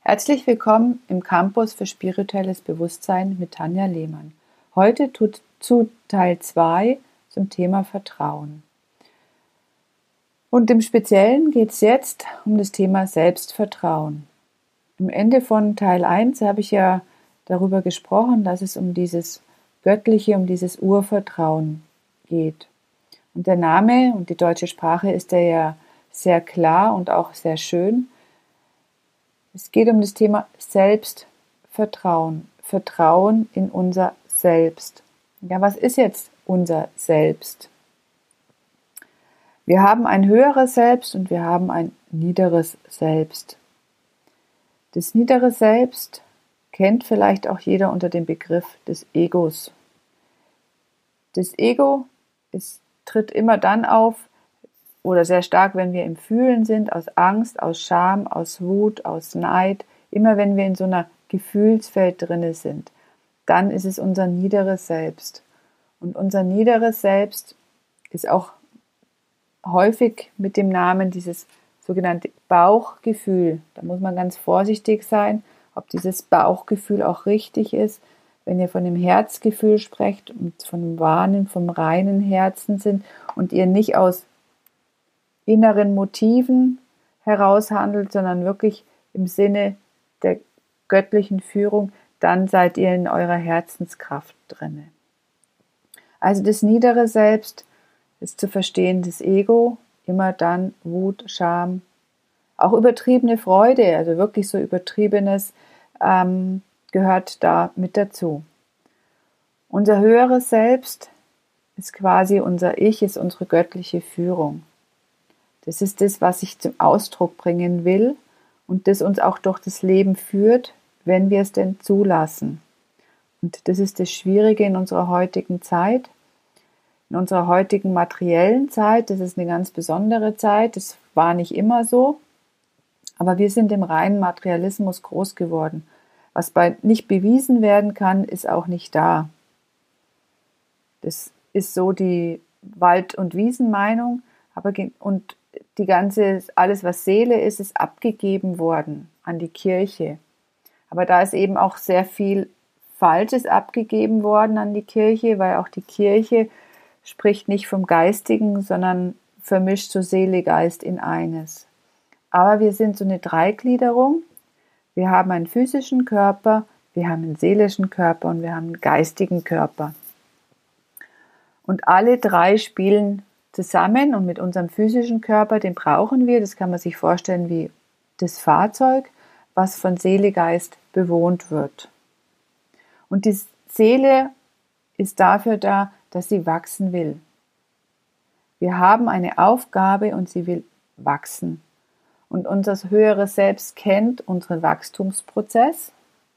Herzlich willkommen im Campus für spirituelles Bewusstsein mit Tanja Lehmann. Heute zu Teil 2 zum Thema Vertrauen. Und im Speziellen geht es jetzt um das Thema Selbstvertrauen. Am Ende von Teil 1 habe ich ja darüber gesprochen, dass es um dieses Göttliche, um dieses Urvertrauen geht. Und der Name und die deutsche Sprache ist ja sehr klar und auch sehr schön. Es geht um das Thema Selbstvertrauen, Vertrauen in unser Selbst. Ja, was ist jetzt unser Selbst? Wir haben ein höheres Selbst und wir haben ein niederes Selbst. Das niedere Selbst kennt vielleicht auch jeder unter dem Begriff des Egos. Das Ego tritt immer dann auf, oder sehr stark, wenn wir im Fühlen sind, aus Angst, aus Scham, aus Wut, aus Neid, immer wenn wir in so einer Gefühlswelt drinne sind, dann ist es unser niederes Selbst. Und unser niederes Selbst ist auch häufig mit dem Namen dieses sogenannte Bauchgefühl. Da muss man ganz vorsichtig sein, ob dieses Bauchgefühl auch richtig ist. Wenn ihr von dem Herzgefühl sprecht und von dem wahren, vom reinen Herzen sind und ihr nicht aus inneren Motiven heraus handelt, sondern wirklich im Sinne der göttlichen Führung, dann seid ihr in eurer Herzenskraft drinne. Also das niedere Selbst ist zu verstehen, das Ego, immer dann Wut, Scham, auch übertriebene Freude, also wirklich so übertriebenes gehört da mit dazu. Unser höheres Selbst ist quasi unser Ich, ist unsere göttliche Führung. Das ist das, was ich zum Ausdruck bringen will und das uns auch durch das Leben führt, wenn wir es denn zulassen. Und das ist das Schwierige in unserer heutigen Zeit, in unserer heutigen materiellen Zeit. Das ist eine ganz besondere Zeit, das war nicht immer so, aber wir sind im reinen Materialismus groß geworden. Was nicht bewiesen werden kann, ist auch nicht da. Das ist so die Wald- und Wiesenmeinung, und alles, was Seele ist, ist abgegeben worden an die Kirche. Aber da ist eben auch sehr viel Falsches abgegeben worden an die Kirche, weil auch die Kirche spricht nicht vom Geistigen, sondern vermischt so Seele, Geist in eines. Aber wir sind so eine Dreigliederung. Wir haben einen physischen Körper, wir haben einen seelischen Körper und wir haben einen geistigen Körper. Und alle drei spielen zusammen und mit unserem physischen Körper, den brauchen wir, das kann man sich vorstellen wie das Fahrzeug, was von Seele, Geist bewohnt wird. Und die Seele ist dafür da, dass sie wachsen will. Wir haben eine Aufgabe und sie will wachsen. Und unser höheres Selbst kennt unseren Wachstumsprozess.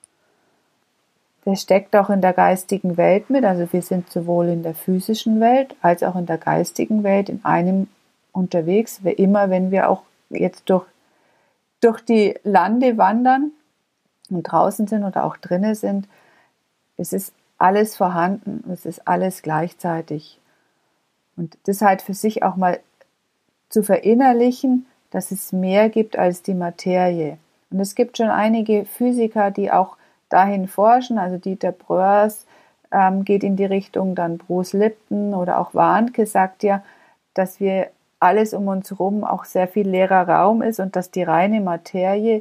Der steckt auch in der geistigen Welt mit, also wir sind sowohl in der physischen Welt als auch in der geistigen Welt in einem unterwegs, wie immer, wenn wir auch jetzt durch die Lande wandern und draußen sind oder auch drinnen sind, es ist alles vorhanden, es ist alles gleichzeitig. Und das halt für sich auch mal zu verinnerlichen, dass es mehr gibt als die Materie. Und es gibt schon einige Physiker, die auch dahin forschen, also Dieter Bröers geht in die Richtung, dann Bruce Lipton oder auch Warnke sagt ja, dass wir alles um uns herum auch sehr viel leerer Raum ist und dass die reine Materie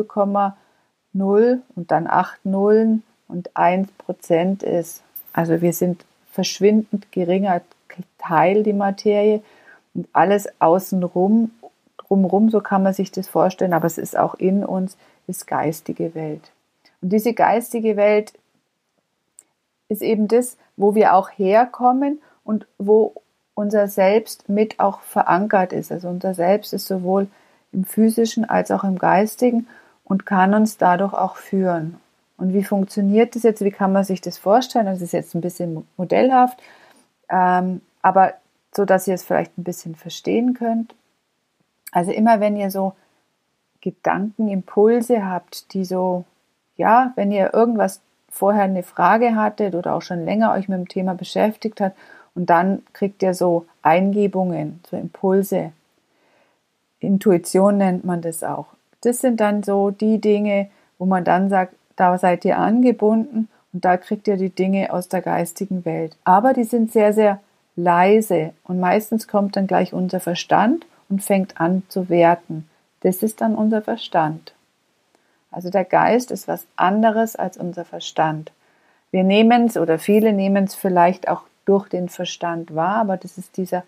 0,0 und dann 8 Nullen und 1% ist. Also wir sind verschwindend geringer Teil, die Materie, und alles außenrum, drumherum, so kann man sich das vorstellen, aber es ist auch in uns, ist geistige Welt. Und diese geistige Welt ist eben das, wo wir auch herkommen und wo unser Selbst mit auch verankert ist. Also unser Selbst ist sowohl im physischen als auch im geistigen und kann uns dadurch auch führen. Und wie funktioniert das jetzt? Wie kann man sich das vorstellen? Das ist jetzt ein bisschen modellhaft, aber so, dass ihr es vielleicht ein bisschen verstehen könnt. Also immer, wenn ihr so Gedankenimpulse habt, die so, ja, wenn ihr irgendwas vorher eine Frage hattet oder auch schon länger euch mit dem Thema beschäftigt habt und dann kriegt ihr so Eingebungen, so Impulse, Intuition nennt man das auch, das sind dann so die Dinge, wo man dann sagt, da seid ihr angebunden und da kriegt ihr die Dinge aus der geistigen Welt. Aber die sind sehr, sehr leise und meistens kommt dann gleich unser Verstand und fängt an zu werten. Das ist dann unser Verstand. Also der Geist ist was anderes als unser Verstand. Wir nehmen es oder viele nehmen es vielleicht auch durch den Verstand wahr, aber das ist dieser,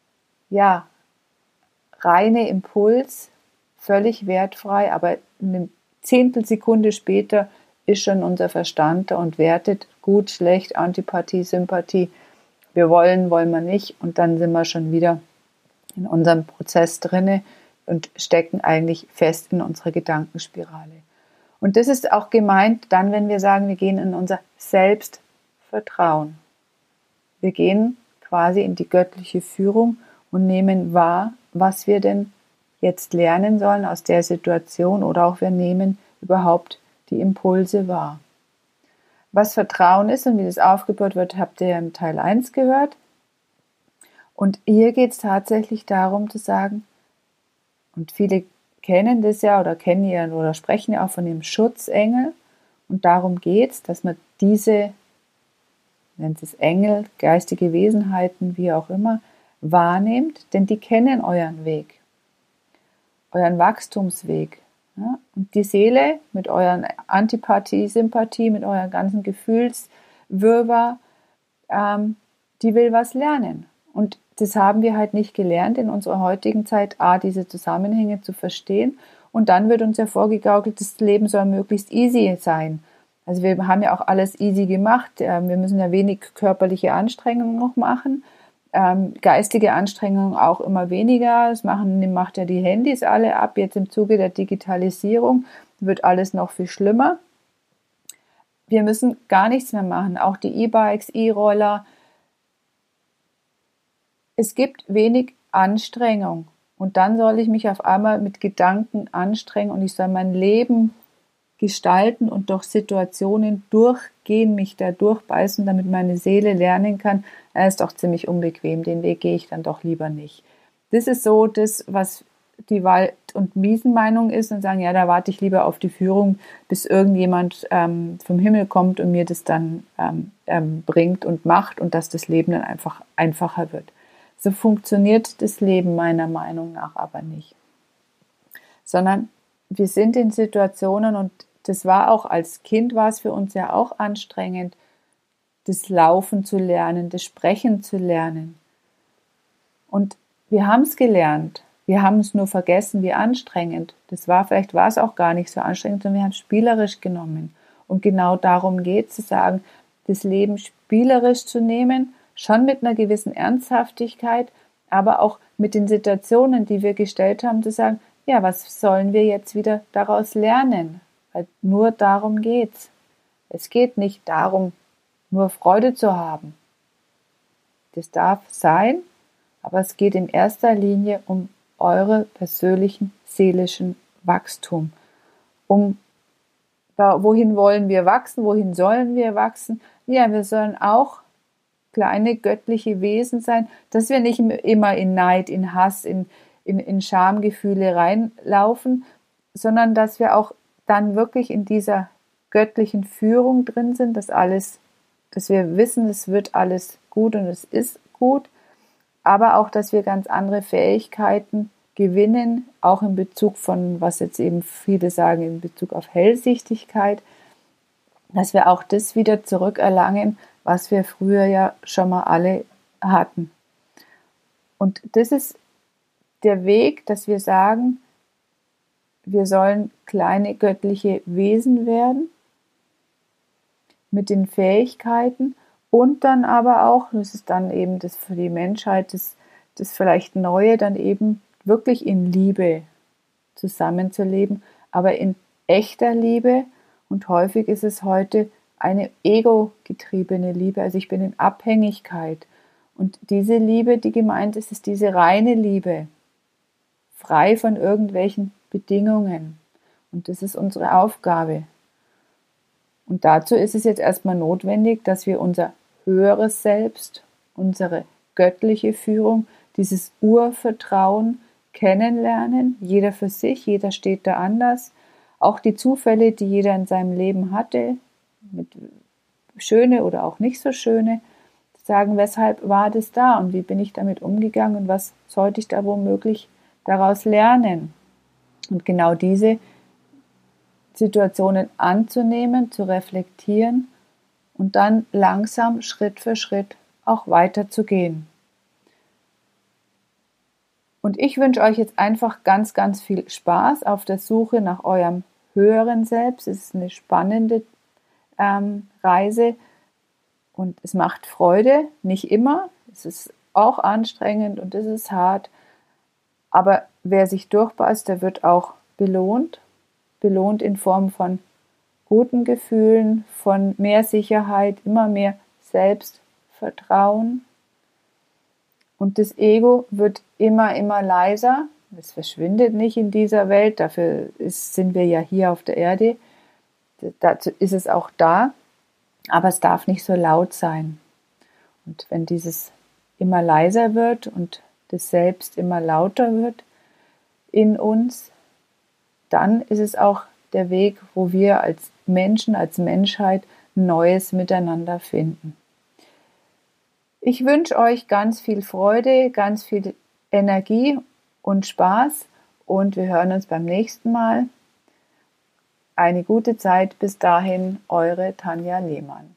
reine Impuls, völlig wertfrei, aber eine Zehntelsekunde später ist schon unser Verstand da und wertet gut, schlecht, Antipathie, Sympathie. Wir wollen wir nicht und dann sind wir schon wieder in unserem Prozess drinne und stecken eigentlich fest in unserer Gedankenspirale. Und das ist auch gemeint dann, wenn wir sagen, wir gehen in unser Selbstvertrauen. Wir gehen quasi in die göttliche Führung und nehmen wahr, was wir denn jetzt lernen sollen aus der Situation oder auch wir nehmen überhaupt die Impulse wahr. Was Vertrauen ist und wie das aufgebaut wird, habt ihr ja im Teil 1 gehört. Und hier geht es tatsächlich darum zu sagen, und viele kennen das ja oder kennen ja oder sprechen ja auch von dem Schutzengel. Und darum geht es, dass man diese, nennt es Engel, geistige Wesenheiten, wie auch immer, wahrnehmt, denn die kennen euren Weg, euren Wachstumsweg. Ja? Und die Seele mit euren Antipathie, Sympathie, mit euren ganzen Gefühlswirrwarr, die will was lernen. Und das haben wir halt nicht gelernt in unserer heutigen Zeit, diese Zusammenhänge zu verstehen. Und dann wird uns ja vorgegaukelt, das Leben soll möglichst easy sein. Also wir haben ja auch alles easy gemacht. Wir müssen ja wenig körperliche Anstrengungen noch machen. Geistige Anstrengungen auch immer weniger. Das macht ja die Handys alle ab. Jetzt im Zuge der Digitalisierung wird alles noch viel schlimmer. Wir müssen gar nichts mehr machen. Auch die E-Bikes, E-Roller. Es gibt wenig Anstrengung. Und dann soll ich mich auf einmal mit Gedanken anstrengen und ich soll mein Leben gestalten und durch Situationen durchgehen, mich da durchbeißen, damit meine Seele lernen kann, ist doch ziemlich unbequem, den Weg gehe ich dann doch lieber nicht. Das ist so das, was die Wald- und Wiesenmeinung ist und sagen, ja, da warte ich lieber auf die Führung, bis irgendjemand vom Himmel kommt und mir das dann bringt und macht und dass das Leben dann einfach einfacher wird. So funktioniert das Leben meiner Meinung nach aber nicht. Sondern wir sind in Situationen und das war auch als Kind, war es für uns ja auch anstrengend, das Laufen zu lernen, das Sprechen zu lernen. Und wir haben es gelernt. Wir haben es nur vergessen, wie anstrengend. Vielleicht war es auch gar nicht so anstrengend, sondern wir haben es spielerisch genommen. Und genau darum geht es, zu sagen, das Leben spielerisch zu nehmen, schon mit einer gewissen Ernsthaftigkeit, aber auch mit den Situationen, die wir gestellt haben, zu sagen, ja, was sollen wir jetzt wieder daraus lernen? Weil nur darum geht's. Es geht nicht darum, nur Freude zu haben. Das darf sein, aber es geht in erster Linie um eure persönlichen seelischen Wachstum. Wohin wollen wir wachsen? Wohin sollen wir wachsen? Ja, wir sollen auch kleine göttliche Wesen sein, dass wir nicht immer in Neid, in Hass, in Schamgefühle reinlaufen, sondern dass wir auch dann wirklich in dieser göttlichen Führung drin sind, dass wir wissen, es wird alles gut und es ist gut, aber auch, dass wir ganz andere Fähigkeiten gewinnen, auch in Bezug von, was jetzt eben viele sagen, in Bezug auf Hellsichtigkeit, dass wir auch das wieder zurückerlangen, was wir früher ja schon mal alle hatten. Und das ist der Weg, dass wir sagen, wir sollen kleine göttliche Wesen werden mit den Fähigkeiten und dann aber auch, das ist dann eben das für die Menschheit, das vielleicht Neue, dann eben wirklich in Liebe zusammenzuleben, aber in echter Liebe. Und häufig ist es heute eine ego-getriebene Liebe, also ich bin in Abhängigkeit. Und diese Liebe, die gemeint ist, ist diese reine Liebe, frei von irgendwelchen Bedingungen. Und das ist unsere Aufgabe. Und dazu ist es jetzt erstmal notwendig, dass wir unser höheres Selbst, unsere göttliche Führung, dieses Urvertrauen kennenlernen, jeder für sich, jeder steht da anders. Auch die Zufälle, die jeder in seinem Leben hatte, mit schöne oder auch nicht so schöne, sagen, weshalb war das da und wie bin ich damit umgegangen und was sollte ich da womöglich daraus lernen. Und genau diese Situationen anzunehmen, zu reflektieren und dann langsam Schritt für Schritt auch weiterzugehen. Und ich wünsche euch jetzt einfach ganz, ganz viel Spaß auf der Suche nach eurem höheren Selbst. Es ist eine spannende Reise und es macht Freude, nicht immer. Es ist auch anstrengend und es ist hart. Aber wer sich durchbeißt, der wird auch belohnt. Belohnt in Form von guten Gefühlen, von mehr Sicherheit, immer mehr Selbstvertrauen. Und das Ego wird immer, immer leiser. Es verschwindet nicht in dieser Welt. Dafür sind wir ja hier auf der Erde. Dazu ist es auch da. Aber es darf nicht so laut sein. Und wenn dieses immer leiser wird und das Selbst immer lauter wird in uns, dann ist es auch der Weg, wo wir als Menschen, als Menschheit Neues miteinander finden. Ich wünsche euch ganz viel Freude, ganz viel Energie und Spaß und wir hören uns beim nächsten Mal. Eine gute Zeit bis dahin, eure Tanja Lehmann.